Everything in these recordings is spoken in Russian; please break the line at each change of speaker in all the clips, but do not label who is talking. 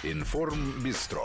Информбистро.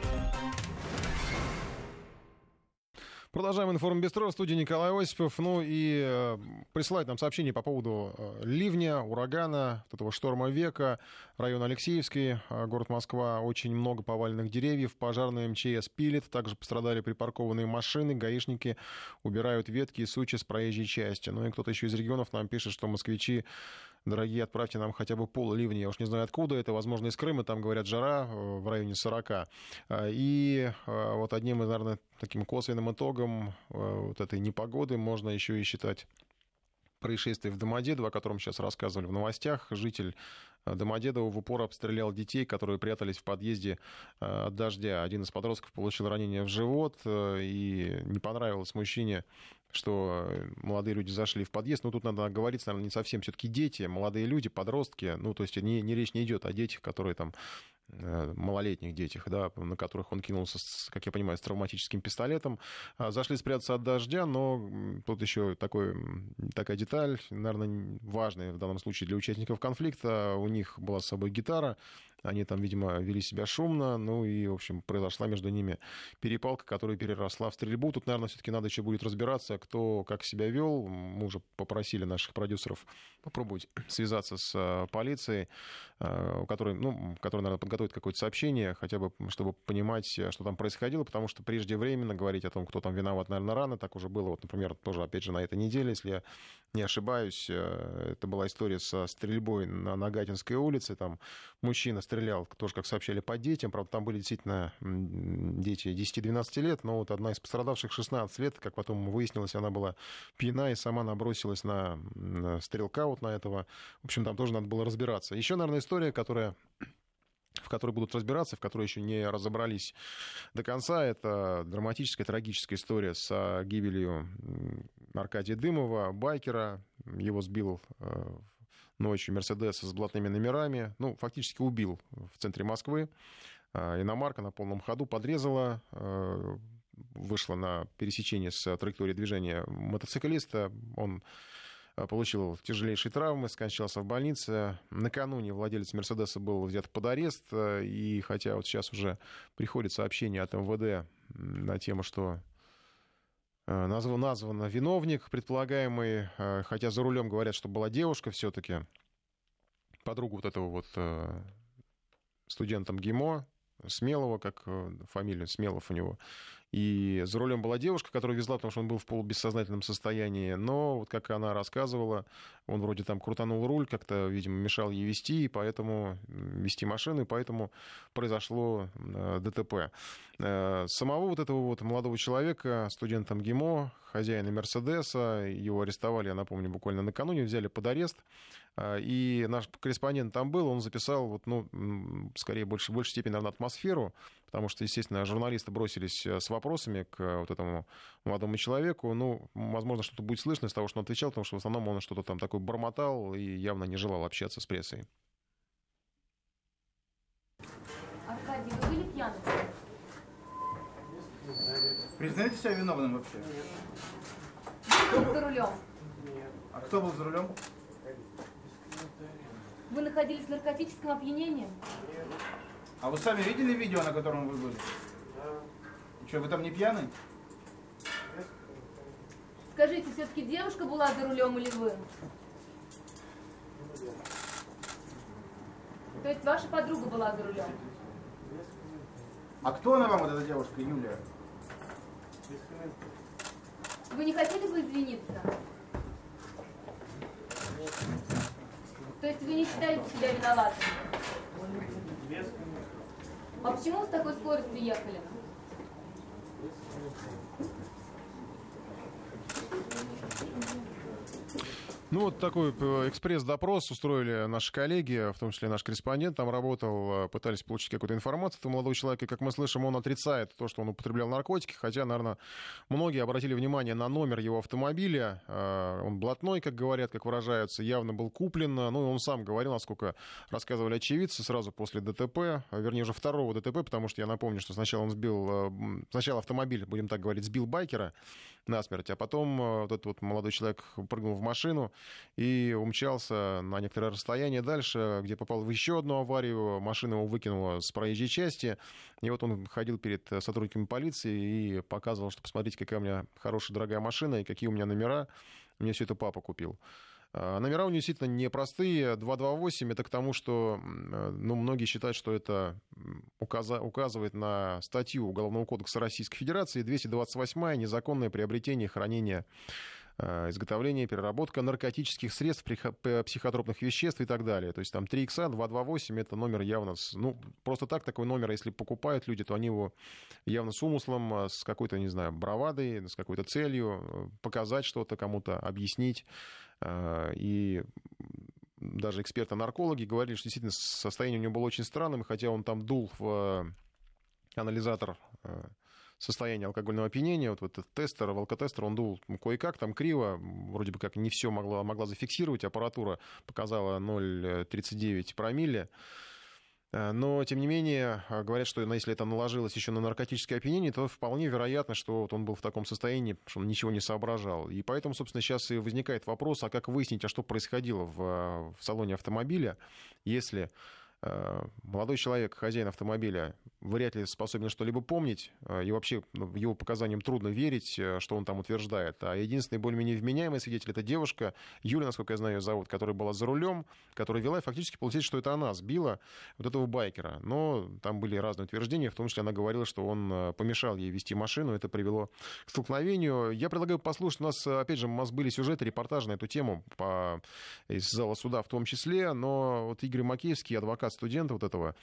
Продолжаем «Информбистро». В студии Николай Осипов. Ну и присылают нам сообщения по поводу ливня, урагана, вот этого шторма века. Район Алексеевский, город Москва. Очень много поваленных деревьев. Пожарные МЧС пилит. Также пострадали припаркованные машины. Гаишники убирают ветки и сучи с проезжей части. Ну и кто-то еще из регионов нам пишет, что москвичи, дорогие, отправьте нам хотя бы пол ливня. Я уж не знаю, откуда это. Возможно, из Крыма. Там, говорят, жара в районе 40. И вот одним из, наверное, таким косвенным итогом вот этой непогоды можно еще и считать происшествие в Домодедово, о котором сейчас рассказывали в новостях. Житель Домодедово в упор обстрелял детей, которые прятались в подъезде от дождя. Один из подростков получил ранение в живот, и не понравилось мужчине, что молодые люди зашли в подъезд. Но тут надо оговориться, наверное, не совсем все-таки дети, молодые люди, подростки. Ну, то есть не речь не идет о детях, которые там малолетних детях, да, на которых он кинулся, как я понимаю, с травматическим пистолетом. Зашли спрятаться от дождя, но тут еще такая деталь, наверное, важная в данном случае для участников конфликта. У них была с собой гитара, они там, видимо, вели себя шумно, ну и, в общем, произошла между ними перепалка, которая переросла в стрельбу. Тут, наверное, все-таки надо еще будет разбираться, кто как себя вел. Мы уже попросили наших продюсеров попробовать связаться с полицией, которая, наверное, подготовит какое-то сообщение, хотя бы, чтобы понимать, что там происходило, потому что преждевременно говорить о том, кто там виноват, наверное, рано. Так уже было, вот, например, тоже, опять же, на этой неделе, если я не ошибаюсь, это была история со стрельбой на Нагатинской улице, там мужчина стрелял, тоже, как сообщали, по детям, правда, там были действительно дети 10-12 лет, но вот одна из пострадавших 16 лет, как потом выяснилось, она была пьяна и сама набросилась на стрелка вот на этого. В общем, там тоже надо было разбираться. Еще, наверное, история, в которой будут разбираться, в которой еще не разобрались до конца. Это драматическая, трагическая история с гибелью Аркадия Дымова, байкера. Его сбил ночью Мерседес с блатными номерами. Ну, фактически убил в центре Москвы. Иномарка на полном ходу подрезала, вышла на пересечение с траекторией движения мотоциклиста. Он получил тяжелейшие травмы, скончался в больнице. Накануне владелец «Мерседеса» был взят под арест. И хотя вот сейчас уже приходит сообщение от МВД на тему, что назван виновник предполагаемый, хотя за рулем говорят, что была девушка все-таки, подруга вот этого вот студента МГИМО, Смелого, как фамилия, Смелов у него. И за рулем была девушка, которая везла, потому что он был в полубессознательном состоянии. Но, вот как она рассказывала, он вроде там крутанул руль, как-то, видимо, мешал ей вести машину, и поэтому произошло ДТП. Самого вот этого вот молодого человека, студента МГИМО, хозяина Мерседеса, его арестовали, я напомню, буквально накануне, взяли под арест. И наш корреспондент там был, он записал, скорее, в большей степени, наверное, атмосферу, потому что, естественно, журналисты бросились с вопросами к вот этому молодому человеку. Ну, возможно, что-то будет слышно из того, что он отвечал, потому что в основном он что-то там такое бормотал и явно не желал общаться с прессой.
Аркадий, вы были пьяны?
Признаете себя виновным вообще?
Кто был за рулем?
А кто был за рулем?
Вы находились в наркотическом опьянении?
А вы сами видели видео, на котором вы были? И что, вы там не пьяный?
Скажите, все-таки девушка была за рулем или вы? То есть ваша подруга была за рулем?
А кто она вам, вот эта девушка, Юлия?
Вы не хотели бы извиниться? То есть вы не считаете себя виноватым? А почему вы с такой скоростью ехали?
Ну, вот такой экспресс-допрос устроили наши коллеги, в том числе наш корреспондент там работал, пытались получить какую-то информацию от молодого человека. Как мы слышим, он отрицает то, что он употреблял наркотики, хотя, наверное, многие обратили внимание на номер его автомобиля. Он блатной, как говорят, как выражаются, явно был куплен. Ну, и он сам говорил, насколько рассказывали очевидцы, сразу после ДТП, вернее, уже второго ДТП, потому что я напомню, что сначала автомобиль, будем так говорить, сбил байкера насмерть, а потом вот этот вот молодой человек прыгнул в машину и умчался на некоторое расстояние дальше, где попал в еще одну аварию. Машина его выкинула с проезжей части. И вот он ходил перед сотрудниками полиции и показывал, что посмотрите, какая у меня хорошая, дорогая машина и какие у меня номера. Мне все это папа купил. Номера у него действительно непростые. 228 — это к тому, что многие считают, что это указывает на статью Уголовного кодекса Российской Федерации 228 «Незаконное приобретение, хранение, изготовление, переработка наркотических средств, психотропных веществ и так далее». То есть там 3 икса, 228 — это номер явно... просто так такой номер, если покупают люди, то они его явно с умыслом, с какой-то, не знаю, бравадой, с какой-то целью показать что-то, кому-то объяснить. И даже эксперты-наркологи говорили, что действительно состояние у него было очень странным, и хотя он там дул в анализатор состояния алкогольного опьянения, вот этот тестер, алкотестер, он дул кое-как, там криво, вроде бы как не все могла зафиксировать, аппаратура показала 0,39 промилле. Но, тем не менее, говорят, что если это наложилось еще на наркотическое опьянение, то вполне вероятно, что вот он был в таком состоянии, что он ничего не соображал. И поэтому, собственно, сейчас и возникает вопрос, а как выяснить, а что происходило в салоне автомобиля, если молодой человек, хозяин автомобиля, вряд ли способен что-либо помнить, и вообще его показаниям трудно верить, что он там утверждает. А единственный более-менее вменяемый свидетель — это девушка, Юля, насколько я знаю ее зовут, которая была за рулем, которая вела, и фактически получается, что это она сбила вот этого байкера. Но там были разные утверждения, в том числе она говорила, что он помешал ей вести машину, это привело к столкновению. Я предлагаю послушать, у нас, опять же, у нас были сюжеты, репортажи на эту тему из зала суда в том числе, но вот Игорь Макеевский, адвокат студента вот этого,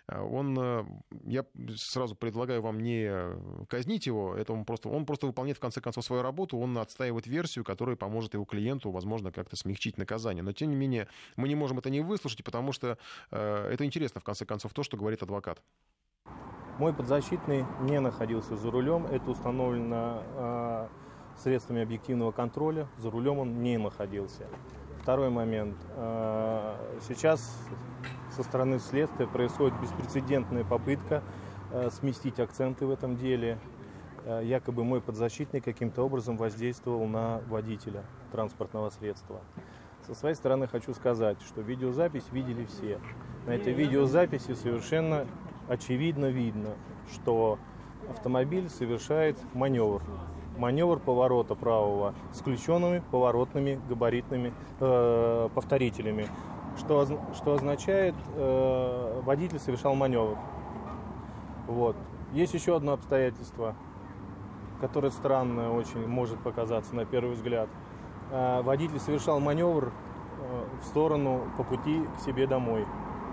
я сразу предлагаю вам не казнить его, он просто выполняет в конце концов свою работу, он отстаивает версию, которая поможет его клиенту, возможно, как-то смягчить наказание. Но, тем не менее, мы не можем это не выслушать, потому что это интересно, в конце концов, то, что говорит адвокат.
Мой подзащитный не находился за рулем, это установлено средствами объективного контроля, за рулем он не находился. Второй момент. Сейчас со стороны следствия происходит беспрецедентная попытка сместить акценты в этом деле. Якобы мой подзащитный каким-то образом воздействовал на водителя транспортного средства. Со своей стороны хочу сказать, что видеозапись видели все. На этой видеозаписи совершенно очевидно видно, что автомобиль совершает маневр. Маневр поворота правого с включенными поворотными габаритными повторителями, что означает, водитель совершал маневр. Вот. Есть еще одно обстоятельство, которое странное очень может показаться на первый взгляд. Водитель совершал маневр в сторону по пути к себе домой.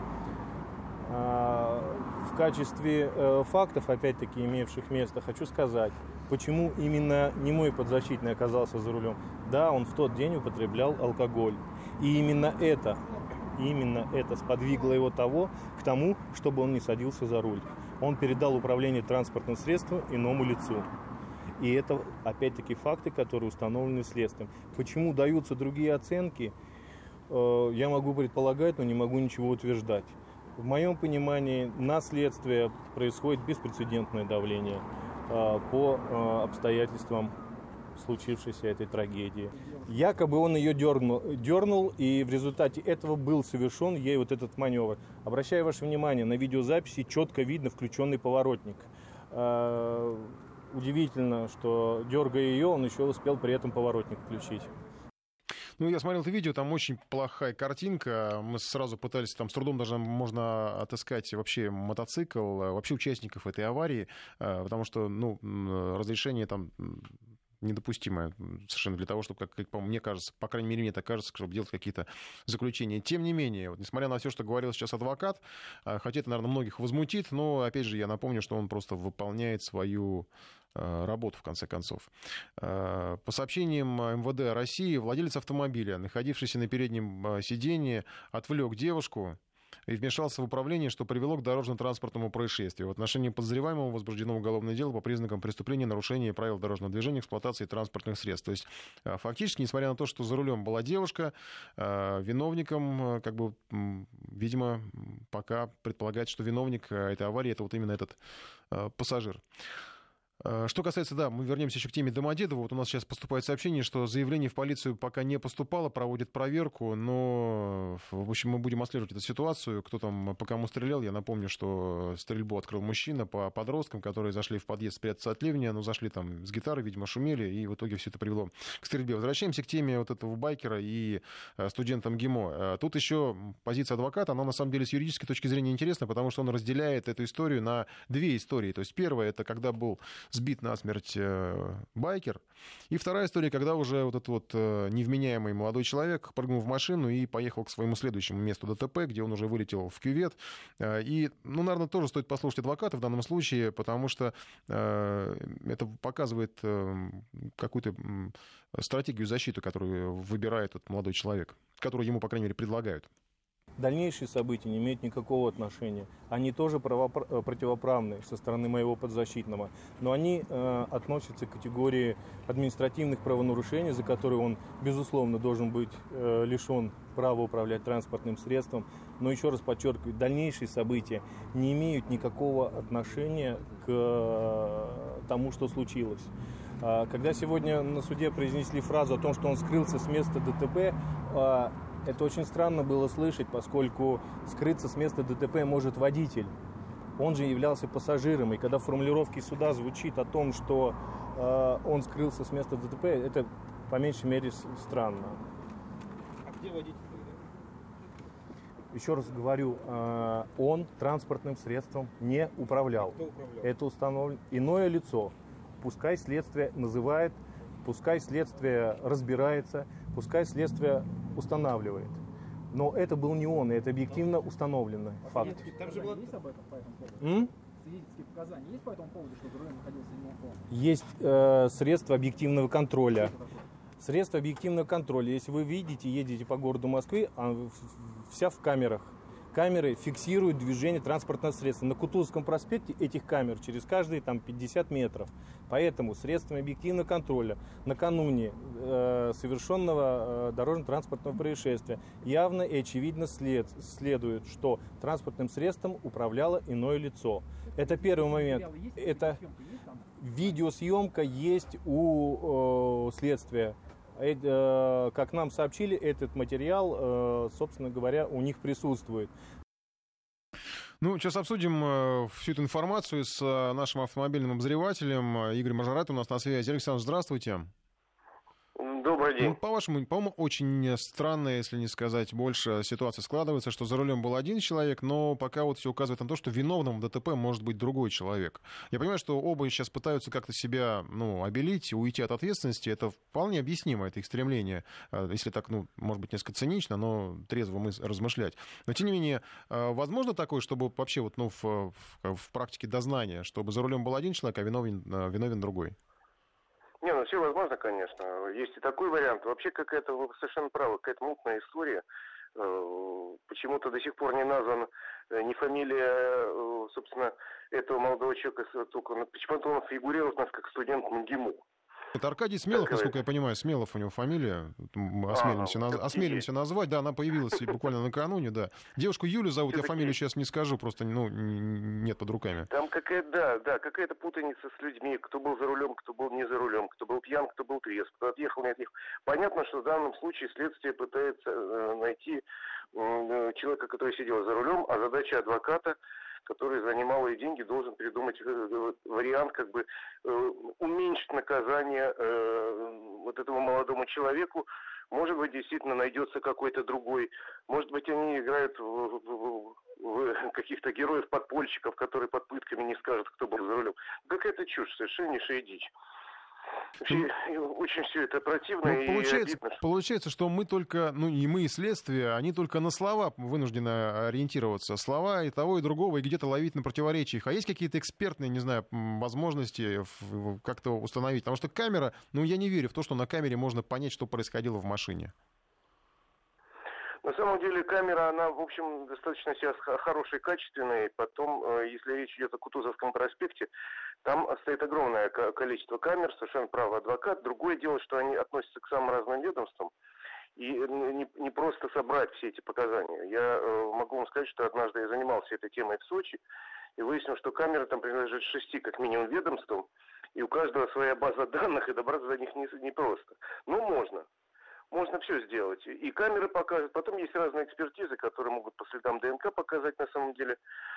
В качестве фактов, опять-таки имевших место, хочу сказать, почему именно не мой подзащитный оказался за рулем. Да, он в тот день употреблял алкоголь. И именно это сподвигло его к тому, чтобы он не садился за руль. Он передал управление транспортным средством иному лицу. И это, опять-таки, факты, которые установлены следствием. Почему даются другие оценки, я могу предполагать, но не могу ничего утверждать. В моем понимании на следствие происходит беспрецедентное давление по обстоятельствам случившейся этой трагедии. Якобы он ее дернул, и в результате этого был совершен ей вот этот маневр. Обращаю ваше внимание, на видеозаписи четко видно включенный поворотник. Удивительно, что, дергая ее, он еще успел при этом поворотник включить.
Ну, я смотрел это видео, там очень плохая картинка. Мы сразу пытались, там с трудом даже можно отыскать вообще мотоцикл, вообще участников этой аварии, потому что, разрешение там недопустимое совершенно для того, чтобы, как мне кажется, по крайней мере, мне так кажется, чтобы делать какие-то заключения. Тем не менее, вот, несмотря на все, что говорил сейчас адвокат, хотя это, наверное, многих возмутит, но, опять же, я напомню, что он просто выполняет свою работу, в конце концов. По сообщениям МВД России, владелец автомобиля, находившийся на переднем сиденье, отвлек девушку и вмешался в управление, что привело к дорожно-транспортному происшествию. В отношении подозреваемого возбуждено уголовное дело по признакам преступления нарушения правил дорожного движения, эксплуатации транспортных средств. То есть, фактически, несмотря на то, что за рулем была девушка, виновником, видимо, пока предполагается, что виновник этой аварии — это вот именно этот пассажир. Что касается, да, мы вернемся еще к теме Домодедово. Вот у нас сейчас поступает сообщение, что заявление в полицию пока не поступало, проводят проверку, но, в общем, мы будем отслеживать эту ситуацию. Кто там по кому стрелял, я напомню, что стрельбу открыл мужчина по подросткам, которые зашли в подъезд спрятаться от ливня, но зашли там с гитарой, видимо, шумели, и в итоге все это привело к стрельбе. Возвращаемся к теме вот этого байкера и студента МГИМО. Тут еще позиция адвоката, она на самом деле с юридической точки зрения интересна, потому что он разделяет эту историю на две истории. То есть первая, это когда был сбит насмерть байкер. И вторая история, когда уже вот этот вот невменяемый молодой человек прыгнул в машину и поехал к своему следующему месту ДТП, где он уже вылетел в кювет. И, ну, наверное, тоже стоит послушать адвоката в данном случае, потому что это показывает какую-то стратегию защиты, которую выбирает этот молодой человек, которую ему, по крайней мере, предлагают.
Дальнейшие события не имеют никакого отношения. Они тоже противоправны со стороны моего подзащитного, но они относятся к категории административных правонарушений, за которые он, безусловно, должен быть лишен права управлять транспортным средством. Но еще раз подчеркиваю, дальнейшие события не имеют никакого отношения к тому, что случилось. Когда сегодня на суде произнесли фразу о том, что он скрылся с места ДТП, это очень странно было слышать, поскольку скрыться с места ДТП может водитель. Он же являлся пассажиром. И когда в формулировке суда звучит о том, что он скрылся с места ДТП, это по меньшей мере странно.
А где водитель?
Еще раз говорю, он транспортным средством не управлял.
Кто управлял?
Это установлено иное лицо. Пускай следствие называет, пускай следствие разбирается, пускай следствие устанавливает. Но это был не он, и это объективно установлено. Факт.
Там же есть об этом по этому поводу? Свидетельские показания есть по этому поводу, что за рулем находился именно он?
Есть средства объективного контроля. Средства объективного контроля. Если вы видите, едете по городу Москвы, вся в камерах. Камеры фиксируют движение транспортного средства. На Кутузовском проспекте этих камер через каждые 50 метров. Поэтому средствами объективного контроля накануне совершенного дорожно-транспортного происшествия явно и очевидно следует, что транспортным средством управляло иное лицо. Это первый момент. Это видеосъемка есть у следствия. Как нам сообщили, этот материал, собственно говоря, у них присутствует.
Ну, сейчас обсудим всю эту информацию с нашим автомобильным обозревателем. Игорь Мажорат у нас на связи. Александр, здравствуйте.
Добрый день.
Ну, по-моему, очень странная, если не сказать больше, ситуация складывается, что за рулем был один человек, но пока вот все указывает на то, что виновным в ДТП может быть другой человек. Я понимаю, что оба сейчас пытаются как-то себя, обелить, уйти от ответственности. Это вполне объяснимо, это их стремление, если так, может быть, несколько цинично, но трезво размышлять. Но, тем не менее, возможно такое, чтобы вообще в практике дознания, чтобы за рулем был один человек, а виновен другой?
Не, все возможно, конечно. Есть и такой вариант. Вообще какая-то, вы совершенно правы, какая-то мутная история. Почему-то до сих пор не назван ни фамилия, собственно, этого молодого человека, только почему-то он фигурирует у нас как студент МГИМО.
Это Аркадий Смелов, насколько я понимаю. Смелов у него фамилия. Осмелимся назвать. Да, она появилась буквально накануне, да. Девушку Юлю зовут, я фамилию сейчас не скажу, просто нет под руками.
Там какая-то путаница с людьми, кто был за рулем, кто был не за рулем, кто был пьян, кто был трезв, кто отъехал, не отъехал. Понятно, что в данном случае следствие пытается найти человека, который сидел за рулем, а задача адвоката, который за немалые деньги должен придумать вариант, уменьшить наказание вот этому молодому человеку. Может быть, действительно найдется какой-то другой. Может быть, они играют в каких-то героев-подпольщиков, которые под пытками не скажут, кто был за рулем. Какая-то чушь, совершеннейшая дичь. Вообще, очень все это противно и обидно.
Получается, что мы только, и мы, и следствие, они только на слова вынуждены ориентироваться. Слова и того, и другого, и где-то ловить на противоречиях. А есть какие-то экспертные, не знаю, возможности как-то установить? Потому что камера, я не верю в то, что на камере можно понять, что происходило в машине.
На самом деле камера, она, в общем, достаточно сейчас хорошая, качественная. Потом, если речь идет о Кутузовском проспекте, там стоит огромное количество камер, совершенно правый адвокат. Другое дело, что они относятся к самым разным ведомствам. и не просто собрать все эти показания. Я могу вам сказать, что однажды я занимался этой темой в Сочи, и выяснил, что камеры там принадлежат 6 как минимум ведомствам, и у каждого своя база данных, и добраться до них не просто. Но можно. Можно все сделать. И камеры покажут. Потом есть разные экспертизы, которые могут по следам ДНК показать на самом деле,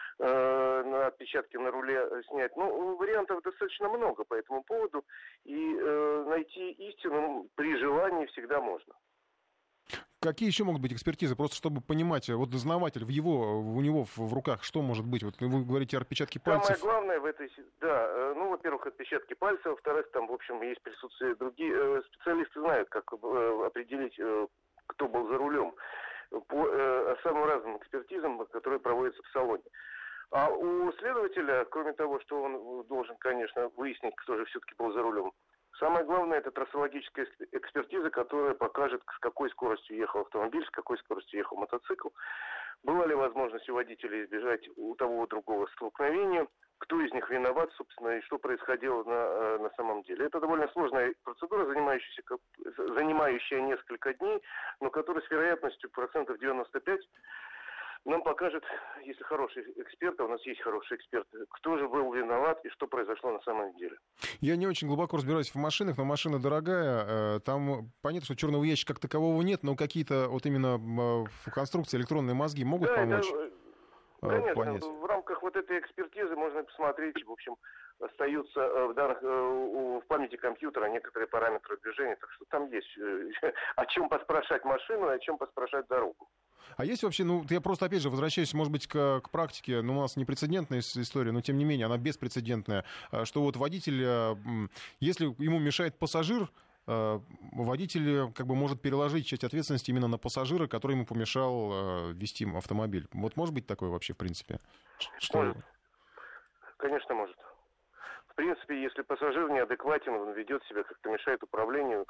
на отпечатки на руле снять. Ну, вариантов достаточно много по этому поводу. И найти истину при желании всегда можно.
Какие еще могут быть экспертизы? Просто чтобы понимать, вот дознаватель, у него в руках что может быть? Вот вы говорите отпечатки пальцев.
Самое главное в этой... Да, ну, во-первых, отпечатки пальцев, во-вторых, там, в общем, есть присутствие другие... Специалисты знают, как определить, кто был за рулем, по самым разным экспертизам, которые проводятся в салоне. А у следователя, кроме того, что он должен, конечно, выяснить, кто же все-таки был за рулем, самое главное — это трассологическая экспертиза, которая покажет, с какой скоростью ехал автомобиль, с какой скоростью ехал мотоцикл, была ли возможность у водителя избежать у того и другого столкновения, кто из них виноват, собственно, и что происходило на самом деле. Это довольно сложная процедура, занимающая несколько дней, но которая с вероятностью 95% нам покажет, если хороший эксперт, а у нас есть хорошие эксперты, кто же был виноват и что произошло на самом деле.
Я не очень глубоко разбираюсь в машинах, но машина дорогая. Там понятно, что черного ящика как такового нет, но какие-то вот именно в конструкции электронные мозги могут помочь?
Конечно,
понять.
в рамках вот этой экспертизы можно посмотреть, в общем, остаются в памяти компьютера некоторые параметры движения, так что там есть о чем поспрашать машину и о чем поспрашать дорогу.
А есть вообще, я просто, опять же, возвращаюсь, может быть, к практике, у нас не прецедентная история, но, тем не менее, она беспрецедентная, что вот водитель, если ему мешает пассажир, водитель как бы может переложить часть ответственности именно на пассажира, который ему помешал вести автомобиль. Вот может быть такое вообще, в принципе?
Может. Конечно, может. В принципе, если пассажир неадекватен, он ведет себя, как-то мешает управлению.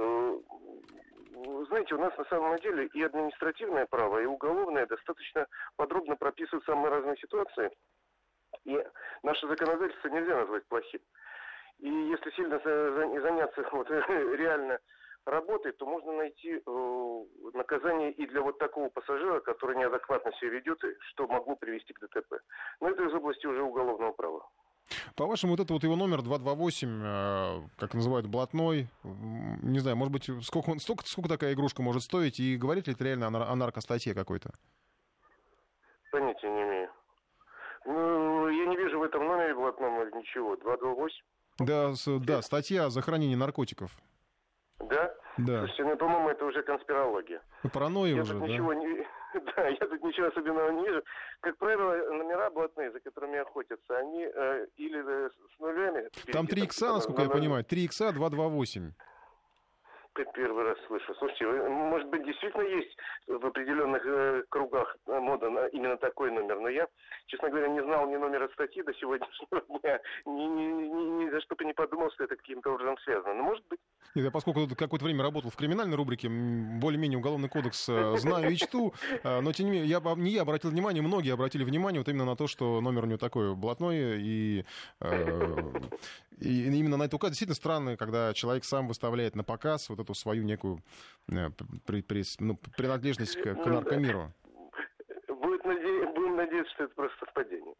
Знаете, у нас на самом деле и административное право, и уголовное достаточно подробно прописывают самые разные ситуации. И наше законодательство нельзя назвать плохим. И если сильно заняться реально работой, то можно найти наказание и для вот такого пассажира, который неадекватно себя ведет, что могло привести к ДТП. Но это из области уже уголовного права.
По-вашему, вот это вот его номер 228, как называют, блатной, не знаю, может быть, сколько такая игрушка может стоить, и говорит ли это реально о наркостатье какой-то?
Понятия не имею. Я не вижу в этом номере блатном ничего. 228?
Да, статья за хранение наркотиков.
Да?
Да.
Слушайте, по-моему, это уже конспирология.
Паранойя уже, да?
Да, я тут ничего особенного не вижу. Как правило, номера блатные, за которыми охотятся, они или с нулями...
Там 3 икса, насколько я понимаю, 3 икса, 228.
Первый раз слышу. Слушайте, может быть, действительно есть в определенных кругах мода на именно такой номер, но я, честно говоря, не знал ни номера статьи до сегодняшнего дня, ни за что бы не подумал, что это каким-то образом связано. Но может быть.
Нет, я поскольку какое-то время работал в криминальной рубрике, более-менее уголовный кодекс знаю и чту, но тем не менее, не я обратил внимание, многие обратили внимание вот именно на то, что номер у него такой блатной, и именно на это указ. Действительно странно, когда человек сам выставляет на показ вот эту свою некую принадлежность к наркомиру.
Будем надеяться, что это просто совпадение.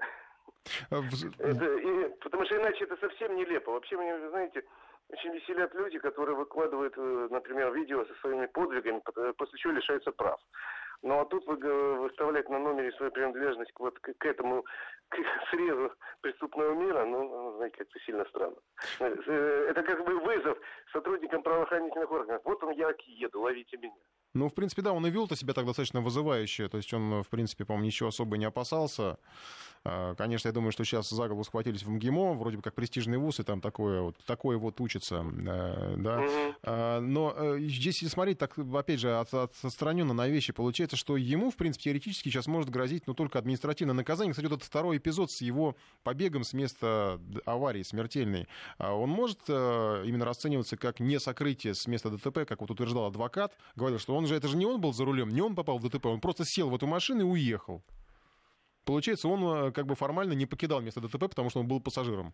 Потому что иначе это совсем нелепо. Вообще, мне, знаете, очень веселят люди, которые выкладывают, например, видео со своими подвигами, после чего лишаются прав. Ну а тут выставлять на номере свою принадлежность к этому срезу преступного мира, знаете, как-то сильно странно. Это как бы вызов сотрудникам правоохранительных органов. Вот он, я еду, ловите меня.
В принципе, да, он и вел-то себя так достаточно вызывающе. То есть он, в принципе, по-моему, ничего особо не опасался. Конечно, я думаю, что сейчас за голову схватились в МГИМО, вроде бы как престижный вуз, и там такое вот учится. Да. Но здесь, если смотреть, так, опять же, отстраненно на вещи, получается, что ему, в принципе, теоретически сейчас может грозить только административное наказание. Кстати, вот этот второй эпизод с его побегом с места аварии смертельной, он может именно расцениваться как несокрытие с места ДТП, как вот утверждал адвокат, говорил, что это же не он был за рулем, не он попал в ДТП, он просто сел в эту машину и уехал. Получается, он как бы формально не покидал место ДТП, потому что он был пассажиром.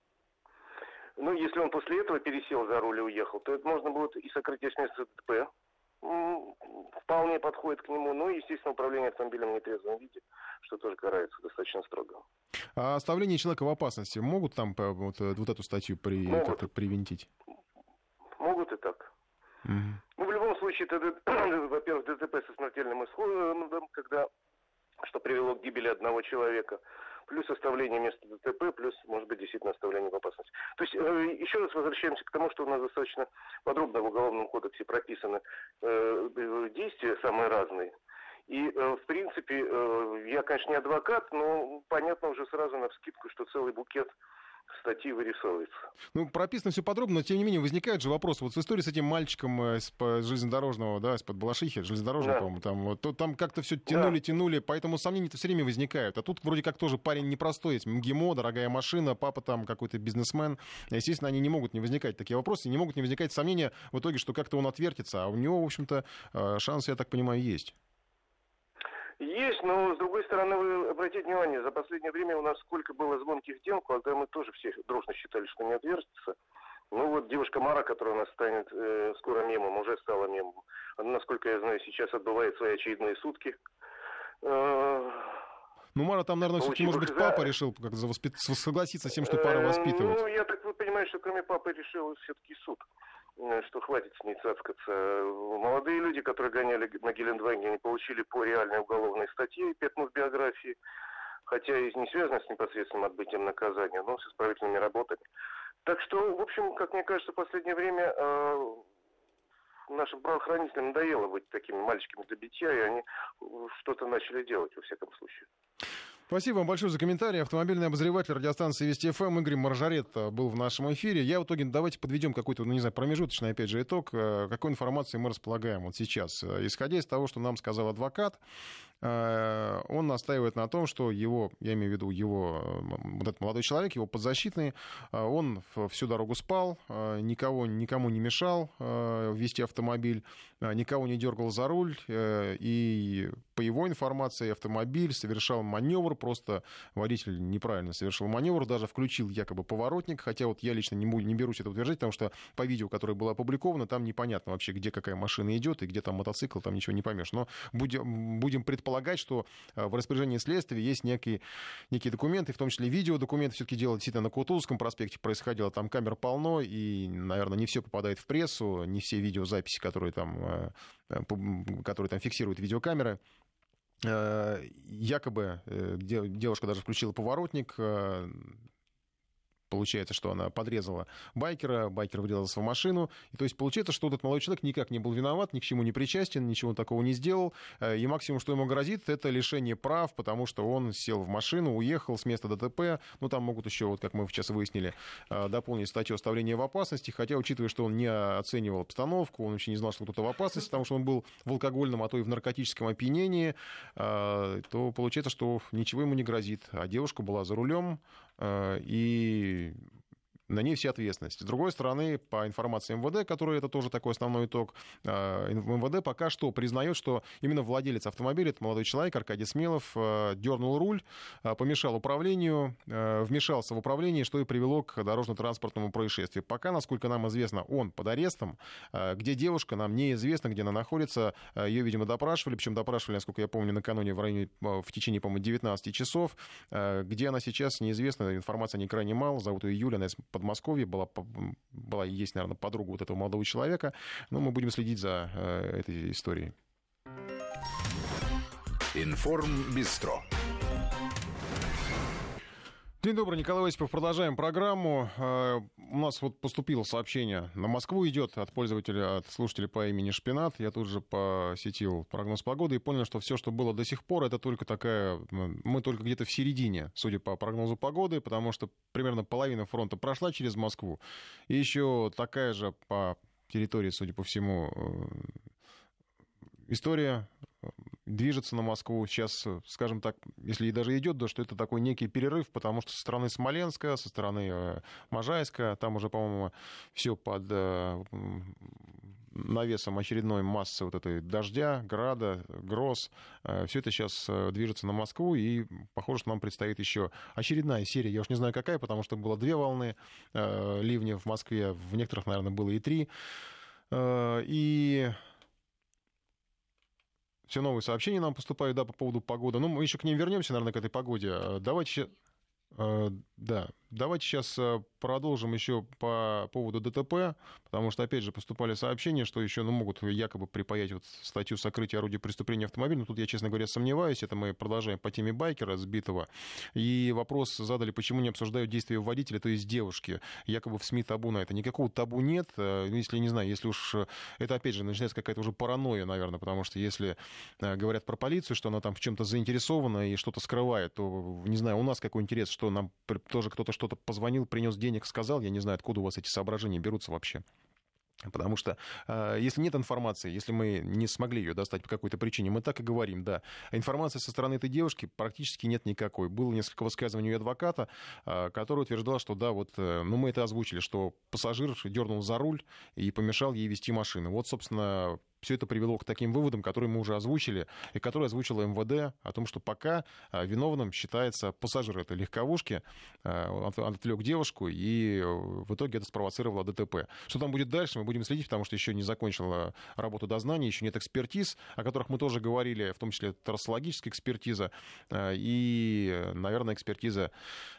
Если он после этого пересел за руль и уехал, то это можно будет и сокрытие с места ДТП. вполне подходит к нему. Ну и, естественно, управление автомобилем в нетрезвом виде, что тоже карается достаточно строго.
А оставление человека в опасности могут там вот эту статью как-то привинтить?
Могут и так. Ну, в любом случае, это, во-первых, ДТП со смертельным исходом, что привело к гибели одного человека, плюс оставление места ДТП, плюс, может быть, действительно оставление в опасности. То есть, еще раз возвращаемся к тому, что у нас достаточно подробно в Уголовном кодексе прописаны действия самые разные. И, в принципе, я, конечно, не адвокат, но понятно уже сразу навскидку, что целый букет статьи вырисовывается.
Ну, прописано все подробно, но, тем не менее, возникает же вопрос. Вот с историей с этим мальчиком с железнодорожного, да, из-под Балашихи, железнодорожного,
да.
по-моему, там, вот, там как-то все тянули, поэтому сомнения-то все время возникают. А тут вроде как тоже парень непростой, есть МГИМО, дорогая машина, папа там какой-то бизнесмен. Естественно, они не могут не возникать такие вопросы, не могут не возникать сомнения в итоге, что как-то он отвертится, а у него, в общем-то, шанс, я так понимаю, есть.
Есть, но, с другой стороны, вы обратите внимание, за последнее время у нас сколько было звонких дел, когда мы тоже все дружно считали, что не отвертится. Ну вот девушка Мара, которая у нас станет скоро мемом, уже стала мемом. Она, насколько я знаю, сейчас отбывает свои очередные сутки.
Ну, Мара, там, наверное, все-таки, может быть, папа решил как согласиться с тем, что пора воспитывать.
Ну, я так понимаю, что кроме папы решил все-таки суд, что хватит с ней цацкаться. Молодые люди, которые гоняли на Гелендвагене, получили по реальной уголовной статье, пятну в биографии, хотя и не связано с непосредственным отбытием наказания, но с исправительными работами. Так что, в общем, как мне кажется, в последнее время нашим правоохранителям надоело быть такими мальчиками для битья, и они что-то начали делать, во всяком случае.
Спасибо вам большое за комментарий. Автомобильный обозреватель радиостанции Вести ФМ Игорь Маржарет был в нашем эфире. Я в итоге давайте подведем какой-то, промежуточный, опять же, итог. Какой информацией мы располагаем вот сейчас. Исходя из того, что нам сказал адвокат, он настаивает на том, что его, я имею в виду его, вот этот молодой человек, его подзащитный, он всю дорогу спал, никому не мешал вести автомобиль, никого не дергал за руль, и по его информации автомобиль совершал маневр, просто водитель неправильно совершил маневр, даже включил якобы поворотник, хотя вот я лично не берусь это утверждать, потому что по видео, которое было опубликовано, там непонятно вообще, где какая машина идет и где там мотоцикл, там ничего не поймешь. Но будем предполагать, что в распоряжении следствия есть некие документы, в том числе видеодокументы. Все-таки дело действительно на Кутузовском проспекте происходило, там камер полно, и, наверное, не все попадает в прессу, не все видеозаписи, которые там фиксируют видеокамеры. Якобы девушка даже включила поворотник. Получается, что она подрезала байкер врезался в машину. И то есть получается, что этот молодой человек никак не был виноват, ни к чему не причастен, ничего такого не сделал. И максимум, что ему грозит, это лишение прав, потому что он сел в машину, уехал с места ДТП. Ну, там могут еще, вот как мы сейчас выяснили, дополнить статью оставления в опасности. Хотя, учитывая, что он не оценивал обстановку, он вообще не знал, что кто-то в опасности, потому что он был в алкогольном, а то и в наркотическом опьянении, то получается, что ничего ему не грозит. А девушка была за рулем, и на ней вся ответственность. С другой стороны, по информации МВД, который это тоже такой основной итог, МВД пока что признает, что именно владелец автомобиля, это молодой человек, Аркадий Смелов, дернул руль, помешал управлению, вмешался в управление, что и привело к дорожно-транспортному происшествию. Пока, насколько нам известно, он под арестом. Где девушка, нам неизвестно, где она находится. Ее, видимо, допрашивали, причем допрашивали, насколько я помню, накануне в течение, по-моему, 19 часов. Где она сейчас, неизвестно. Информации не крайне мало. Зовут ее Юля, она из Подмосковья, была и есть, наверное, подруга вот этого молодого человека. Но мы будем следить за этой историей.
Информбистро.
День добрый, Николай Осипов. Продолжаем программу. У нас вот поступило сообщение. На Москву идет от пользователя, от слушателя по имени Шпинат. Я тут же посетил прогноз погоды и понял, что все, что было до сих пор, это только мы только где-то в середине, судя по прогнозу погоды, потому что примерно половина фронта прошла через Москву. И еще такая же по территории, судя по всему, история движется на Москву. Сейчас, скажем так, если и даже идет дождь, то это такой некий перерыв, потому что со стороны Смоленска, со стороны Можайска, там уже, по-моему, все под навесом очередной массы вот этой дождя, града, гроз. Все это сейчас движется на Москву, и похоже, что нам предстоит еще очередная серия. Я уж не знаю, какая, потому что было 2 волны ливня в Москве, в некоторых, наверное, было и 3. И Все новые сообщения нам поступают, да, по поводу погоды. Ну, мы еще к ним вернемся, наверное, к этой погоде. Давайте сейчас продолжим еще по поводу ДТП, потому что, опять же, поступали сообщения, что еще могут якобы припаять вот статью «Сокрытие орудия преступления автомобиля». Но тут я, честно говоря, сомневаюсь. Это мы продолжаем по теме байкера сбитого. И вопрос задали, почему не обсуждают действия водителя, то есть девушки. Якобы в СМИ табу на это. Никакого табу нет. Если, не знаю, если уж это, опять же, начинается какая-то уже паранойя, наверное, потому что если говорят про полицию, что она там в чем-то заинтересована и что-то скрывает, то, не знаю, у нас какой интерес, что нам тоже кто-то что-то позвонил, принес денег, сказал. Я не знаю, откуда у вас эти соображения берутся вообще. Потому что если нет информации, если мы не смогли ее достать по какой-то причине, мы так и говорим, да. Информации со стороны этой девушки практически нет никакой. Было несколько высказываний у адвоката, который утверждал, что да, вот, мы это озвучили, что пассажир дернул за руль и помешал ей вести машину. Вот, собственно, все это привело к таким выводам, которые мы уже озвучили, и которые озвучила МВД, о том, что пока виновным считается пассажир этой легковушки, он отвлек девушку, и в итоге это спровоцировало ДТП. Что там будет дальше, мы будем следить, потому что еще не закончила работу дознания, еще нет экспертиз, о которых мы тоже говорили, в том числе трассологическая экспертиза и, наверное, экспертиза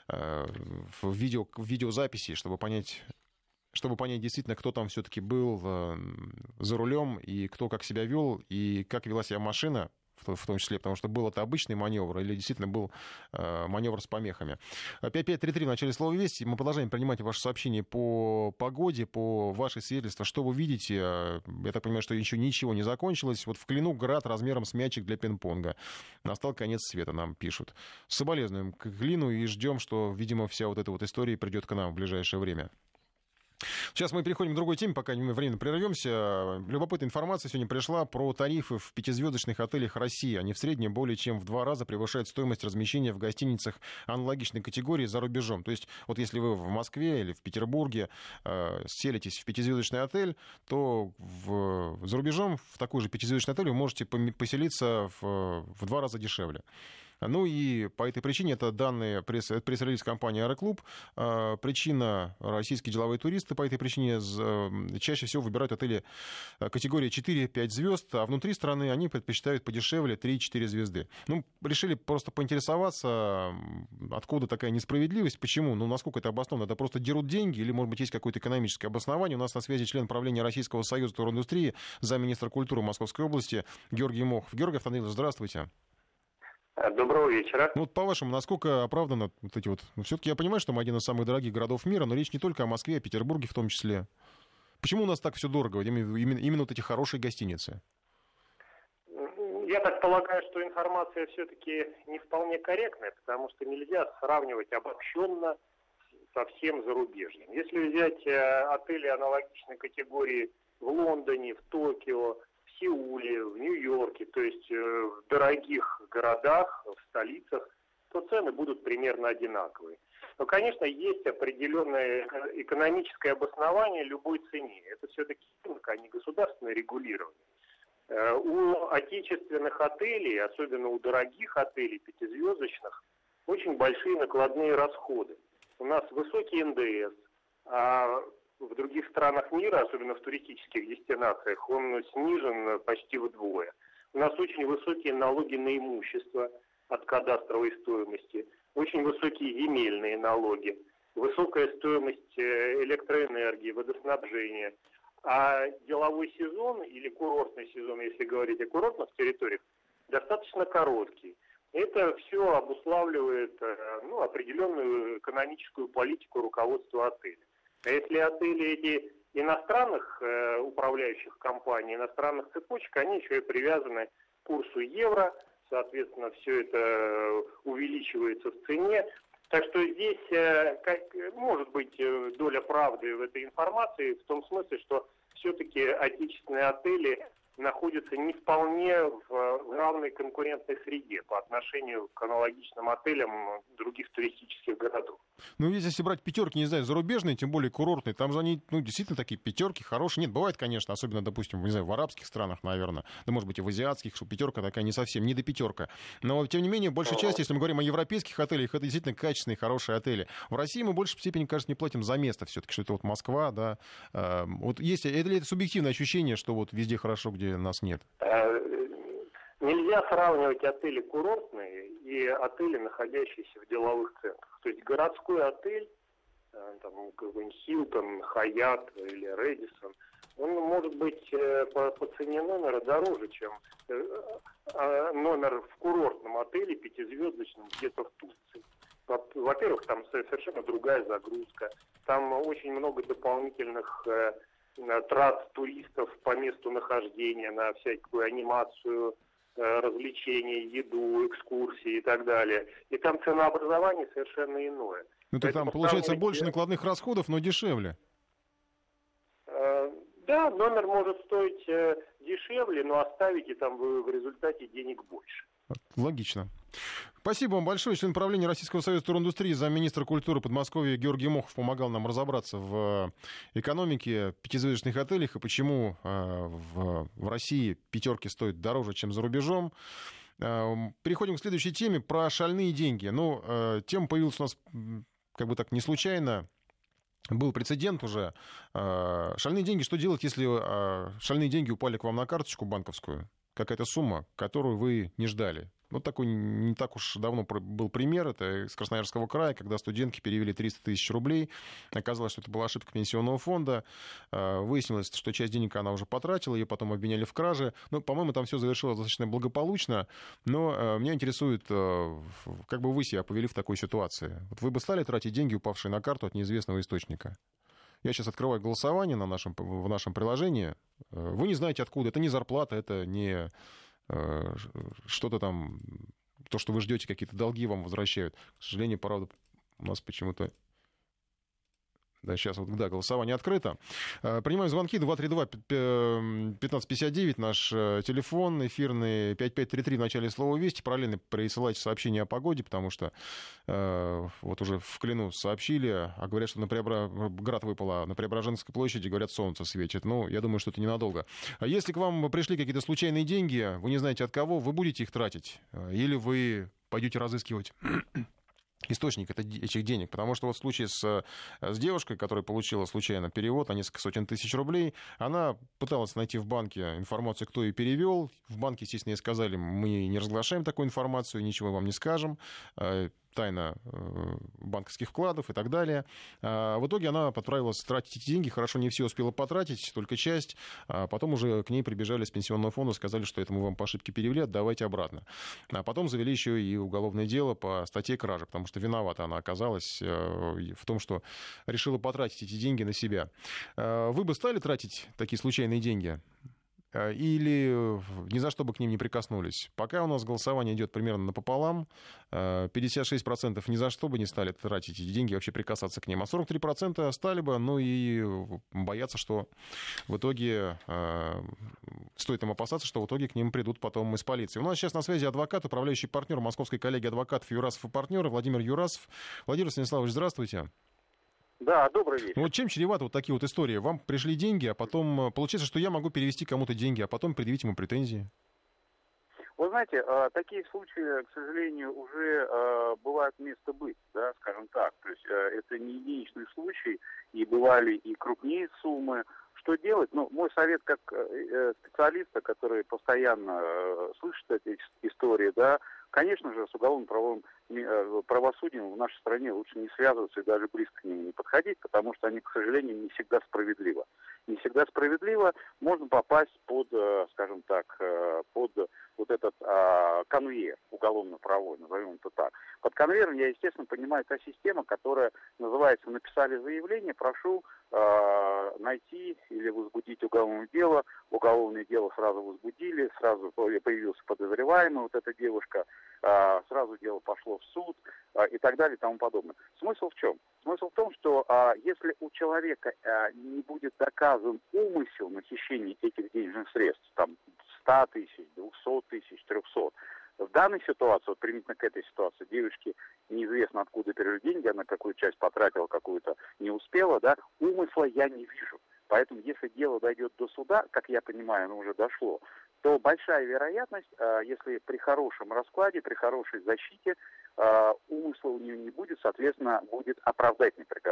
в видеозаписи, чтобы понять, действительно, кто там все-таки был за рулем, и кто как себя вел, и как вела себя машина, в том числе, потому что был это обычный маневр или действительно был маневр с помехами. 5533 в начале слова «Вести». Мы продолжаем принимать ваши сообщения по погоде, по вашей свидетельству. Что вы видите? Я так понимаю, что еще ничего не закончилось. Вот в Клину град размером с мячик для пинг-понга. Настал конец света, нам пишут. Соболезнуем к Клину и ждем, что, видимо, вся вот эта вот история придет к нам в ближайшее время. Сейчас мы переходим к другой теме, пока мы временно прервемся. Любопытная информация сегодня пришла про тарифы в пятизвездочных отелях России. Они в среднем более чем в 2 раза превышают стоимость размещения в гостиницах аналогичной категории за рубежом. То есть вот если вы в Москве или в Петербурге селитесь в пятизвездочный отель, то за рубежом в такой же пятизвездочный отель вы можете поселиться в 2 раза дешевле. Ну и по этой причине, это данные пресс-релиз компании «Аэроклуб», причина — российские деловые туристы по этой причине чаще всего выбирают отели категории 4-5 звезд, а внутри страны они предпочитают подешевле 3-4 звезды. Ну, решили просто поинтересоваться, откуда такая несправедливость, почему, насколько это обосновано, это просто дерут деньги или, может быть, есть какое-то экономическое обоснование. У нас на связи член правления Российского союза туриндустрии, замминистра культуры Московской области Георгий Мохов. Георгий Автонович, здравствуйте.
Доброго вечера.
Ну, вот по-вашему, насколько оправдано вот эти вот... Все-таки я понимаю, что мы один из самых дорогих городов мира, но речь не только о Москве, о Петербурге в том числе. Почему у нас так все дорого, именно вот эти хорошие гостиницы?
Я так полагаю, что информация все-таки не вполне корректная, потому что нельзя сравнивать обобщенно со всем зарубежьем. Если взять отели аналогичной категории в Лондоне, в Токио, в Сеуле, в Нью-Йорке, то есть в дорогих городах, в столицах, то цены будут примерно одинаковые. Но, конечно, есть определенное экономическое обоснование любой цене. Это все-таки рынок, а не государственное регулирование. У отечественных отелей, особенно у дорогих отелей пятизвездочных, очень большие накладные расходы. У нас высокий НДС, а в других странах мира, особенно в туристических дестинациях, он снижен почти вдвое. У нас очень высокие налоги на имущество от кадастровой стоимости, очень высокие земельные налоги, высокая стоимость электроэнергии, водоснабжения. А деловой сезон или курортный сезон, если говорить о курортных территориях, достаточно короткий. Это все обуславливает определенную экономическую политику руководства отеля. А если отели эти иностранных управляющих компаний, иностранных цепочек, они еще и привязаны к курсу евро, соответственно, все это увеличивается в цене. Так что здесь может быть доля правды в этой информации, в том смысле, что все-таки отечественные отели находятся не вполне в равной конкурентной среде по отношению к аналогичным отелям других туристических городов.
Ну, если брать пятерки, не знаю, зарубежные, тем более курортные, там же они, действительно такие пятерки хорошие. Нет, бывает, конечно, особенно, допустим, не знаю, в арабских странах, наверное, да, может быть, и в азиатских, что пятерка такая не совсем, не до пятерка. Но, тем не менее, большая часть, если мы говорим о европейских отелях, это действительно качественные, хорошие отели. В России мы в большей степени, кажется, не платим за место все-таки, что это вот Москва, да. Вот есть, это субъективное ощущение, что вот везде хорошо, где нас нет?
Нельзя сравнивать отели курортные и отели, находящиеся в деловых центрах. То есть городской отель, там какой-нибудь Хилтон, Хаят или Рэдисон, он может быть по цене номера дороже, чем номер в курортном отеле пятизвездочном где-то в Турции. Во-первых, там совершенно другая загрузка. Там очень много дополнительных трат туристов по месту нахождения на всякую анимацию, развлечения, еду, экскурсии и так далее. И там ценообразование совершенно иное.
Ну, то там получается больше накладных расходов, но дешевле.
Да, номер может стоить дешевле, но оставите там в результате денег больше.
Логично. Спасибо вам большое. Член правления Российского союза туриндустрии, замминистра культуры Подмосковья Георгий Мохов помогал нам разобраться в экономике пятизвездочных отелей и почему в России пятерки стоят дороже, чем за рубежом. Переходим к следующей теме про шальные деньги. Ну, тема появилась у нас как бы так не случайно. Был прецедент уже. Шальные деньги, что делать, если шальные деньги упали к вам на карточку банковскую? Какая-то сумма, которую вы не ждали. Вот такой не так уж давно был пример. Это из Красноярского края, когда студентки перевели 300 тысяч рублей. Оказалось, что это была ошибка пенсионного фонда. Выяснилось, что часть денег она уже потратила, ее потом обвиняли в краже. Ну, по-моему, там все завершилось достаточно благополучно. Но меня интересует, как бы вы себя повели в такой ситуации. Вот вы бы стали тратить деньги, упавшие на карту от неизвестного источника? Я сейчас открываю голосование в нашем приложении. Вы не знаете, откуда. Это не зарплата, это не что-то там, то, что вы ждете, какие-то долги вам возвращают. К сожалению, правда, у нас почему-то... Да, сейчас вот, да, голосование открыто. Принимаем звонки 232-1559, наш телефон эфирный, 5533 в начале слова «Вести». Параллельно присылайте сообщения о погоде, потому что вот уже в Клину сообщили, а говорят, что град выпало на Преображенской площади, говорят, солнце светит. Ну, я думаю, что это ненадолго. А если к вам пришли какие-то случайные деньги, вы не знаете от кого, вы будете их тратить? Или вы пойдете разыскивать источник этих денег, потому что вот в случае с девушкой, которая получила случайно перевод на несколько сотен тысяч рублей, она пыталась найти в банке информацию, кто ее перевел. В банке, естественно, ей сказали, мы не разглашаем такую информацию, ничего вам не скажем, тайна банковских вкладов и так далее. В итоге она отправилась тратить эти деньги, хорошо, не все успела потратить, только часть, а потом уже к ней прибежали с пенсионного фонда, сказали, что это мы вам по ошибке перевели, отдавайте обратно. А потом завели еще и уголовное дело по статье кражи, потому что виновата она оказалась в том, что решила потратить эти деньги на себя. Вы бы стали тратить такие случайные деньги? Или ни за что бы к ним не прикоснулись? Пока у нас голосование идет примерно напополам. 56% ни за что бы не стали тратить эти деньги, вообще прикасаться к ним. А 43% стали бы, ну и боятся, что в итоге... Стоит им опасаться, что в итоге к ним придут потом из полиции. У нас сейчас на связи адвокат, управляющий партнер московской коллегии адвокатов Юрасов и партнеры Владимир Юрасов. Владимир Станиславович, здравствуйте.
Да, добрый вечер.
Ну вот чем чреваты вот такие вот истории? Вам пришли деньги, а потом получается, что я могу перевести кому-то деньги, а потом предъявить ему претензии?
Вы знаете, такие случаи, к сожалению, уже бывают место быть, да, скажем так. То есть это не единичный случай, и бывали и крупнее суммы. Что делать? Ну, мой совет как специалиста, который постоянно слышит эти истории, да, конечно же, с уголовно-правовым правосудием в нашей стране лучше не связываться и даже близко к ним не подходить, потому что они, к сожалению, не всегда справедливы. Не всегда справедливо можно попасть под, скажем так, под вот этот конвейер уголовно-правовой, назовем это так. Под конвейером я, естественно, понимаю та система, которая называется «написали заявление, прошу найти или возбудить уголовное дело сразу возбудили, сразу появился подозреваемый, вот эта девушка, сразу дело пошло в суд и так далее и тому подобное. Смысл в чем? Смысл в том, что если у человека не будет доказан умысел на хищение этих денежных средств, там 100 тысяч, 200 тысяч, 300, в данной ситуации, вот примерно к этой ситуации, девушке неизвестно откуда перевели деньги, она какую часть потратила, какую-то не успела, да, умысла я не вижу. Поэтому, если дело дойдет до суда, как я понимаю, оно уже дошло, то большая вероятность, если при хорошем раскладе, при хорошей защите, умысла у нее не будет, соответственно, будет оправдательный приговор.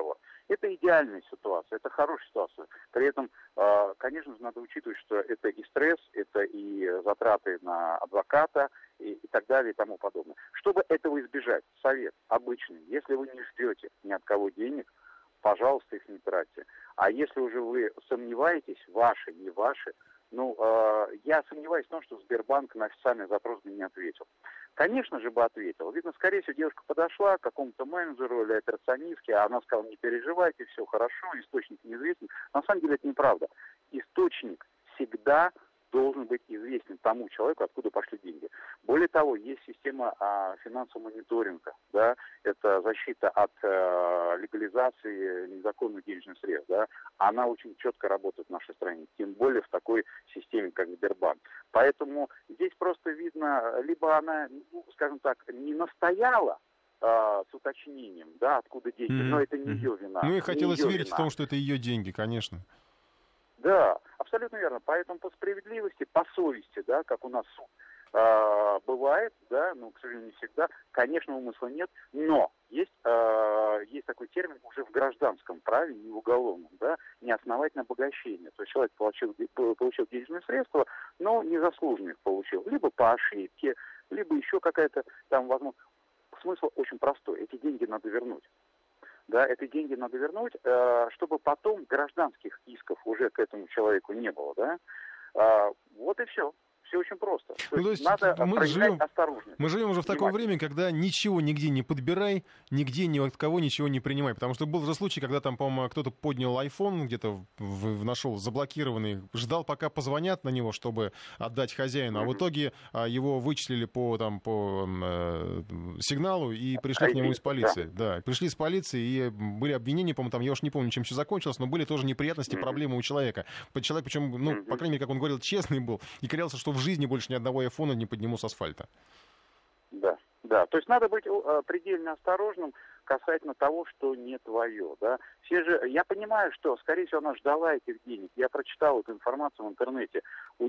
Это идеальная ситуация, это хорошая ситуация. При этом, конечно же, надо учитывать, что это и стресс, это и затраты на адвоката и так далее и тому подобное. Чтобы этого избежать, совет обычный, если вы не ждете ни от кого денег, пожалуйста, их не тратьте. А если уже вы сомневаетесь, ваши, не ваши, я сомневаюсь в том, что Сбербанк на официальный запрос бы не ответил. Конечно же бы ответил. Видно, скорее всего, девушка подошла к какому-то менеджеру или операционистке, а она сказала, не переживайте, все хорошо, источник неизвестен. На самом деле это неправда. Источник всегда должен быть известен тому человеку, откуда пошли деньги. Более того, есть система финансового мониторинга, да, это защита от легализации незаконных денежных средств, да, она очень четко работает в нашей стране, тем более в такой системе, как Сбербанк. Поэтому здесь просто видно, либо она, скажем так, не настояла с уточнением, да, откуда деньги, но это не ее вина.
Ну и хотелось верить в том, что это ее деньги, конечно.
Да, абсолютно верно. Поэтому по справедливости, по совести, да, как у нас суд бывает, да, к сожалению, не всегда, конечно, умысла нет, но есть такой термин уже в гражданском праве, не в уголовном, да, неосновательное обогащение. То есть человек получил денежные средства, но незаслуженно их получил, либо по ошибке, либо еще какая-то там, возможно, смысл очень простой. Эти деньги надо вернуть. Да, эти деньги надо вернуть, чтобы потом гражданских исков уже к этому человеку не было, да. Вот и все. Все очень просто. То есть надо проявлять осторожность.
Мы живем уже в такое время, когда ничего нигде не подбирай, нигде ни от кого ничего не принимай. Потому что был же случай, когда там, по-моему, кто-то поднял iPhone, где-то нашел заблокированный, ждал, пока позвонят на него, чтобы отдать хозяину. А в итоге его вычислили по сигналу и пришли к нему из полиции. Да, пришли из полиции и были обвинения, по-моему, там, я уж не помню, чем все закончилось, но были тоже неприятности, проблемы у человека. Человек, причем, по крайней мере, как он говорил, честный был и клялся, что в жизни больше ни одного айфона не подниму с асфальта.
Да. То есть надо быть предельно осторожным касательно того, что не твое, да. Я понимаю, что, скорее всего, она ждала этих денег. Я прочитал эту информацию в интернете. У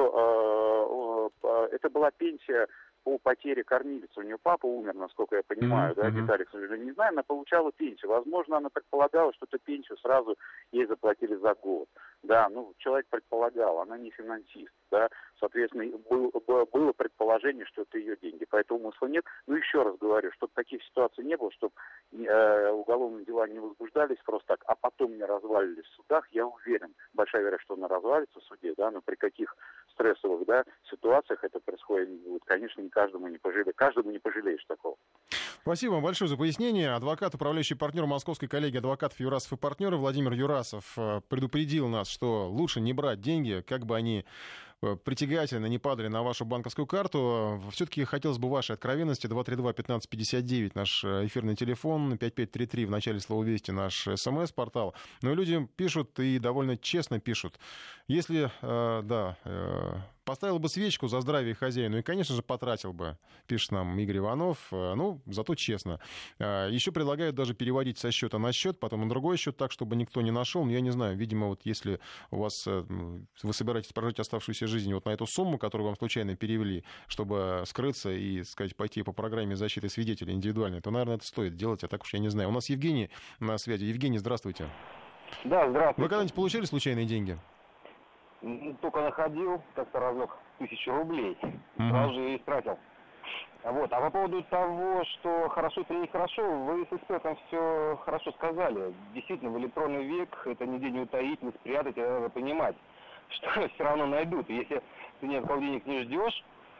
нее это была пенсия по потере кормилицы. У нее папа умер, насколько я понимаю, да, детали, к сожалению, не знаю, она получала пенсию. Возможно, она предполагала, что эту пенсию сразу ей заплатили за год. Да, человек предполагал, она не финансист, да, соответственно, было предположение, что это ее деньги, поэтому смысла нет. Но еще раз говорю, чтобы таких ситуаций не было, чтобы уголовные дела не возбуждались просто так, а потом не развалились в судах, я уверен, большая вероятность, что она развалится в суде, да, но при каких стрессовых, да, ситуациях это происходит, конечно, каждому не пожалеешь такого.
Спасибо вам большое за пояснение. Адвокат, управляющий партнер московской коллегии адвокатов Юрасов и партнеры Владимир Юрасов предупредил нас, что лучше не брать деньги, как бы они притягательно не падали на вашу банковскую карту. Все-таки хотелось бы вашей откровенности. 232-1559 наш эфирный телефон, 5533 в начале слова «Вести» наш СМС-портал. Но люди пишут и довольно честно пишут. Если, поставил бы свечку за здравие хозяину и, конечно же, потратил бы, пишет нам Игорь Иванов, зато честно. Еще предлагают даже переводить со счета на счет, потом на другой счет, так, чтобы никто не нашел. Но я не знаю, видимо, если у вас, вы собираетесь прожить оставшуюся жизнь на эту сумму, которую вам случайно перевели, чтобы скрыться и, сказать, пойти по программе защиты свидетелей индивидуально, то, наверное, это стоит делать, а так уж я не знаю. У нас Евгений на связи. Евгений, здравствуйте.
Да, здравствуйте.
Вы когда-нибудь получили случайные деньги?
Только находил, как-то разок 1000 рублей, сразу же и истратил. А по поводу того, что хорошо это не хорошо, вы с экспертом все хорошо сказали. Действительно, в электронный век это нигде не утаить, не спрятать, а надо понимать, что все равно найдут. И если ты ни от кого денег не ждешь,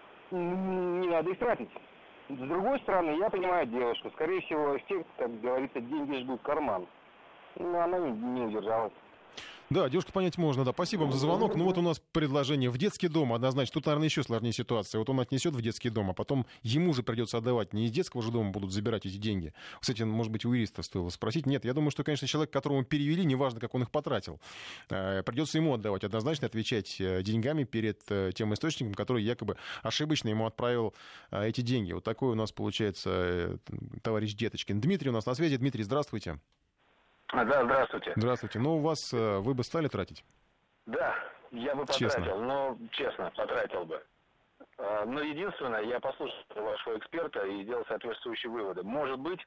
не надо их тратить. С другой стороны, я понимаю девушку. Скорее всего, эффект, как говорится, деньги жгут карман. Она не удержалась.
Да, девушку понять можно, да. Спасибо вам за звонок. У нас предложение в детский дом однозначно. Тут, наверное, еще сложнее ситуация. Он отнесет в детский дом, а потом ему же придется отдавать. Не из детского же дома будут забирать эти деньги. Кстати, может быть, у юриста стоило спросить. Нет, я думаю, что, конечно, человек, которому перевели, неважно, как он их потратил, придется ему отдавать. Однозначно отвечать деньгами перед тем источником, который якобы ошибочно ему отправил эти деньги. Вот такой у нас получается товарищ Деточкин. Дмитрий у нас на связи. Дмитрий, здравствуйте.
Да, здравствуйте.
Здравствуйте. У вас вы бы стали тратить?
Да, я бы потратил, честно, потратил бы. Но единственное, я послушал вашего эксперта и сделал соответствующие выводы. Может быть,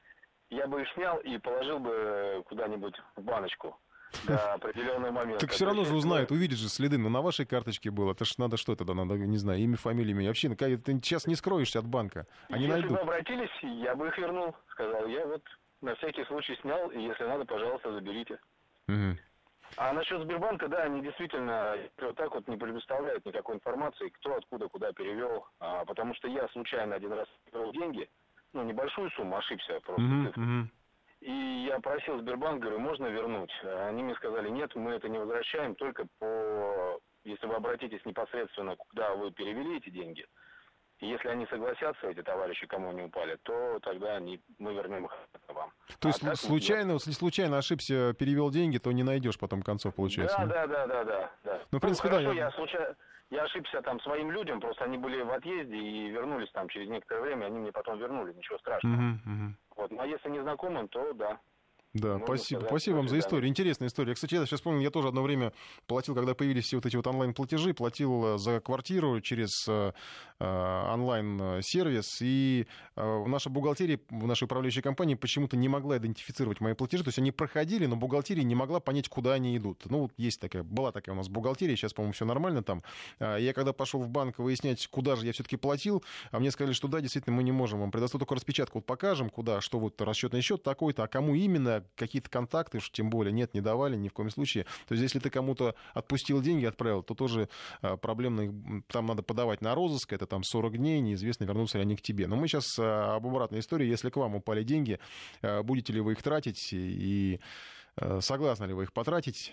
я бы их снял и положил бы куда-нибудь в баночку до определенного момента.
Так все равно же узнают, увидят же следы, но на вашей карточке было. Это ж надо что тогда, надо, не знаю, имя, фамилия, имя. Вообще, ты сейчас не скроешься от банка, они
если
найдут.
бы обратились, я бы их вернул. Сказал, я вот на всякий случай снял, и если надо, пожалуйста, заберите.
Угу.
А насчет Сбербанка, да, они действительно вот так вот не предоставляют никакой информации, кто откуда куда перевел. Потому что я случайно один раз перевел деньги, ну, небольшую сумму, ошибся просто. И я просил Сбербанк, говорю, можно вернуть? Они мне сказали, нет, мы это не возвращаем, только если вы обратитесь непосредственно, куда вы перевели эти деньги. И если они согласятся, эти товарищи, кому они упали, то тогда мы вернем их вам.
То есть если случайно ошибся, перевел деньги, то не найдешь потом концов, получается?
Да.
Ну, в принципе,
хорошо,
да.
Я ошибся там своим людям, просто они были в отъезде и вернулись там через некоторое время, они мне потом вернули, ничего страшного. Вот, но если незнакомым, то да.
Да, спасибо вам за историю. Интересная история. Кстати, я сейчас вспомнил, я тоже одно время платил, когда появились все вот эти вот онлайн-платежи, платил за квартиру через онлайн-сервис, и в нашей бухгалтерии, в нашей управляющей компании почему-то не могла идентифицировать мои платежи, то есть они проходили, но бухгалтерия не могла понять, куда они идут. Ну, была такая у нас бухгалтерия, сейчас, по-моему, все нормально там. Я когда пошел в банк выяснять, куда же я все-таки платил, мне сказали, что да, действительно, мы не можем вам предоставить только распечатку, вот покажем, куда, что вот расчетный счет такой-то, а кому именно, какие-то контакты, тем более, нет, не давали ни в коем случае. То есть, если ты кому-то отпустил деньги, отправил, то тоже проблемно, там надо подавать на розыск, это там 40 дней, неизвестно, вернутся ли они к тебе. Но мы сейчас об обратной истории. Если к вам упали деньги, будете ли вы их тратить и согласны ли вы их потратить?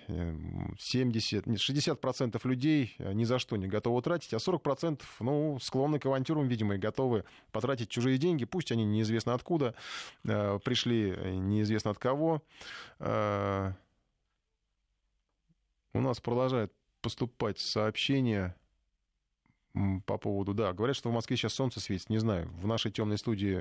60% людей ни за что не готовы тратить, а 40% склонны к авантюрам, видимо, и готовы потратить чужие деньги, пусть они неизвестно откуда пришли, неизвестно от кого. У нас продолжают поступать сообщения по поводу... Да, говорят, что в Москве сейчас солнце светит, не знаю, в нашей темной студии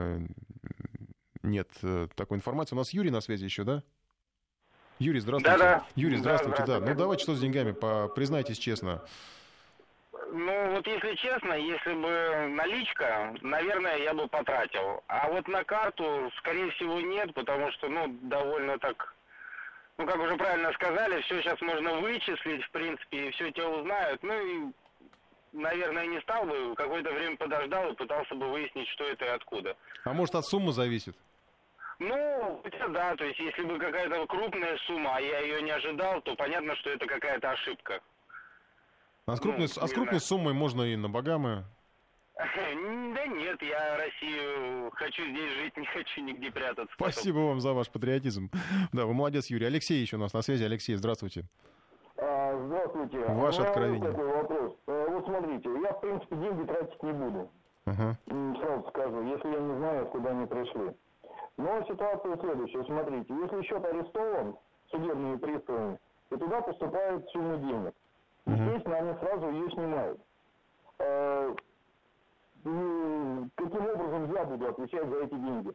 нет такой информации. У нас Юрий на связи еще, да? Юрий, здравствуйте.
Да.
Юрий, здравствуйте. Да. Ну, давайте, что с деньгами, признайтесь честно.
Ну, вот если честно, если бы наличка, наверное, я бы потратил. А вот на карту, скорее всего, нет, потому что, довольно так... как уже правильно сказали, все сейчас можно вычислить, в принципе, и все тебя узнают. И, наверное, не стал бы, какое-то время подождал и пытался бы выяснить, что это и откуда.
А может, от суммы зависит?
Да, то есть если бы какая-то крупная сумма, а я ее не ожидал, то понятно, что это какая-то ошибка.
А с крупной суммой можно и на Багамы?
Да нет, я Россию хочу здесь жить, не хочу нигде прятаться.
Спасибо вам за ваш патриотизм. Да, вы молодец, Юрий. Алексей еще у нас на связи. Алексей, здравствуйте.
Здравствуйте.
Ваше откровение.
Такой вопрос. Вот смотрите, я, в принципе, деньги тратить не буду. Сразу скажу, если я не знаю, куда они пришли. Но ситуация следующая. Смотрите, если счет арестован судебными приставами, то туда поступает сумма денег. Естественно, они сразу ее снимают. Каким образом я буду отвечать за эти деньги?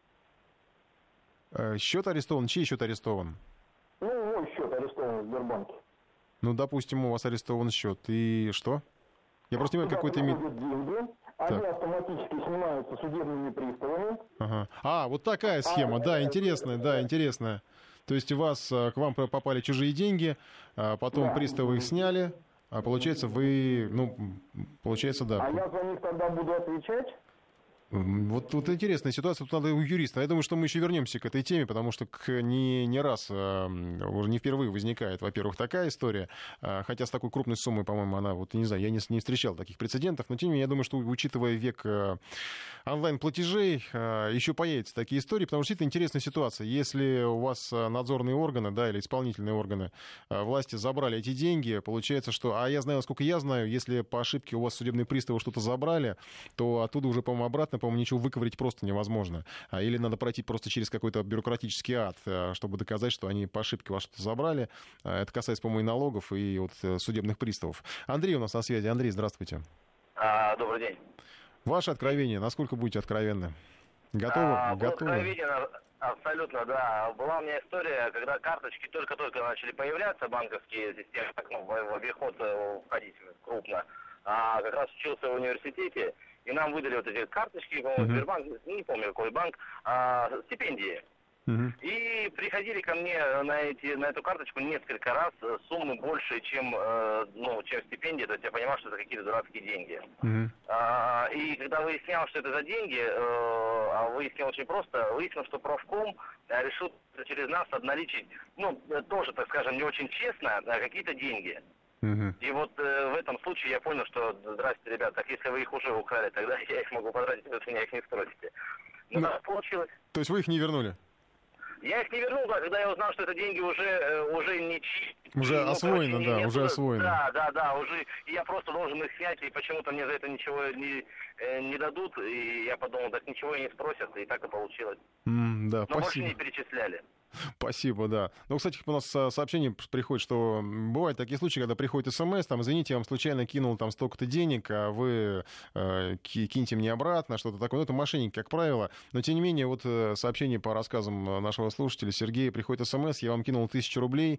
Счет арестован? Чей счет арестован?
Мой счет арестован в Сбербанке.
Допустим, у вас арестован счет. И что? Я просто не понимаю, какой-то имеет...
деньги, они автоматически снимаются судебными приставами.
Вот такая схема, да, интересная. То есть к вам попали чужие деньги, потом приставы их сняли, а получается вы, да.
А я за них тогда буду отвечать?
Вот интересная ситуация, тут надо у юриста. Я думаю, что мы еще вернемся к этой теме, потому что не раз, уже не впервые возникает, во-первых, такая история. Хотя с такой крупной суммой, по-моему, она, не знаю, я не встречал таких прецедентов. Но тем не менее, я думаю, что, учитывая век онлайн-платежей, еще появятся такие истории, потому что это интересная ситуация. Если у вас надзорные органы, да, или исполнительные органы власти забрали эти деньги, получается, что... А я знаю, насколько я знаю, если по ошибке у вас судебные приставы что-то забрали, то оттуда уже, по-моему, обратно, ничего выковырить просто невозможно. Или надо пройти просто через какой-то бюрократический ад, чтобы доказать, что они по ошибке вас что-то забрали. Это касается, по-моему, и налогов, и судебных приставов. Андрей у нас на связи. Андрей, здравствуйте.
Добрый день.
Ваше откровение. Насколько будете откровенны? Готовы?
Откровение, абсолютно, да. Была у меня история, когда карточки только-только начали появляться, банковские системы, в обиход входить крупно. Как раз учился в университете,
и нам выдали вот эти карточки, по-моему, Сбербанк, не помню какой банк, стипендии. И приходили ко мне на эту карточку несколько раз суммы больше, чем стипендия, то есть я понимал, что это какие-то дурацкие деньги. И когда выяснял, что это за деньги, выяснил очень просто, выяснил, что профком решил через нас обналичить, тоже, так скажем, не очень честно, какие-то деньги. И вот в этом случае я понял, что, здрасте, ребят, так если вы их уже украли, тогда я их могу потратить, если меня их не спросите. Так получилось.
То есть вы их не вернули?
Я их не вернул, да, когда я узнал, что это деньги уже не чьи.
Уже освоено, да, уже освоено.
Да, уже. И я просто должен их снять, и почему-то мне за это ничего не дадут. И я подумал, так ничего и не спросят, и так и получилось.
Да,
но
спасибо.
Больше не перечисляли.
Спасибо, да. Ну, кстати, у нас сообщение приходит, что бывают такие случаи, когда приходит СМС, там, извините, я вам случайно кинул там столько-то денег, а вы киньте мне обратно, что-то такое. Ну, это мошенники, как правило. Но, тем не менее, вот сообщение по рассказам нашего слушателя Сергея, приходит СМС, я вам кинул 1000 рублей,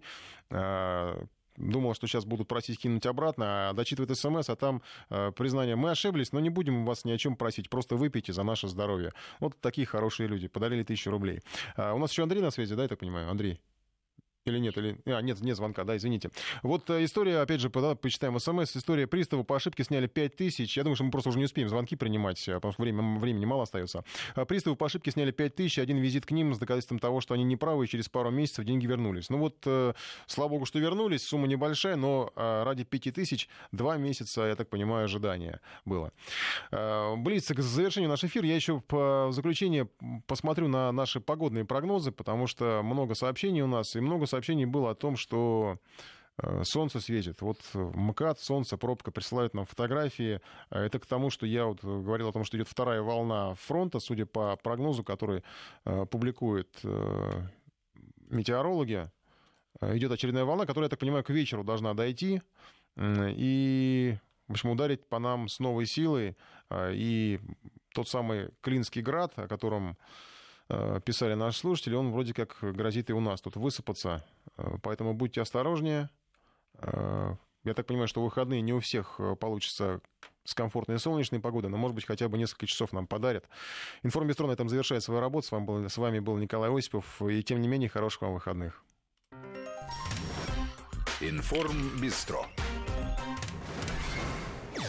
думал, что сейчас будут просить кинуть обратно, а дочитывает СМС, а там признание, мы ошиблись, но не будем вас ни о чем просить, просто выпейте за наше здоровье. Вот такие хорошие люди, подарили 1000 рублей. У нас еще Андрей на связи, да, я так понимаю? Андрей? Или нет? Нет звонка, да, извините. Вот история, опять же, почитаем СМС. История пристава по ошибке сняли 5000. Я думаю, что мы просто уже не успеем звонки принимать, потому что времени мало остается. Приставы по ошибке сняли 5000. Один визит к ним с доказательством того, что они неправы, и через пару месяцев деньги вернулись. Ну вот, слава богу, что вернулись. Сумма небольшая, но ради 5000 2 месяца, я так понимаю, ожидания было. Близится к завершению наш эфир. Я еще в заключение посмотрю на наши погодные прогнозы, потому что много сообщений у нас, и много сообщений было о том, что солнце светит. Вот МКАД, солнце, пробка, присылают нам фотографии. Это к тому, что я вот говорил о том, что идет вторая волна фронта, судя по прогнозу, который публикуют метеорологи. Идет очередная волна, которая, я так понимаю, к вечеру должна дойти и, в общем, ударить по нам с новой силой. И тот самый Клинский град, о котором писали наши слушатели, он вроде как грозит и у нас тут высыпаться. Поэтому будьте осторожнее. Я так понимаю, что в выходные не у всех получится с комфортной и солнечной погодой, но, может быть, хотя бы несколько часов нам подарят. Информбистро на этом завершает свою работу. С вами был Николай Осипов. И, тем не менее, хороших вам выходных.
Информбистро.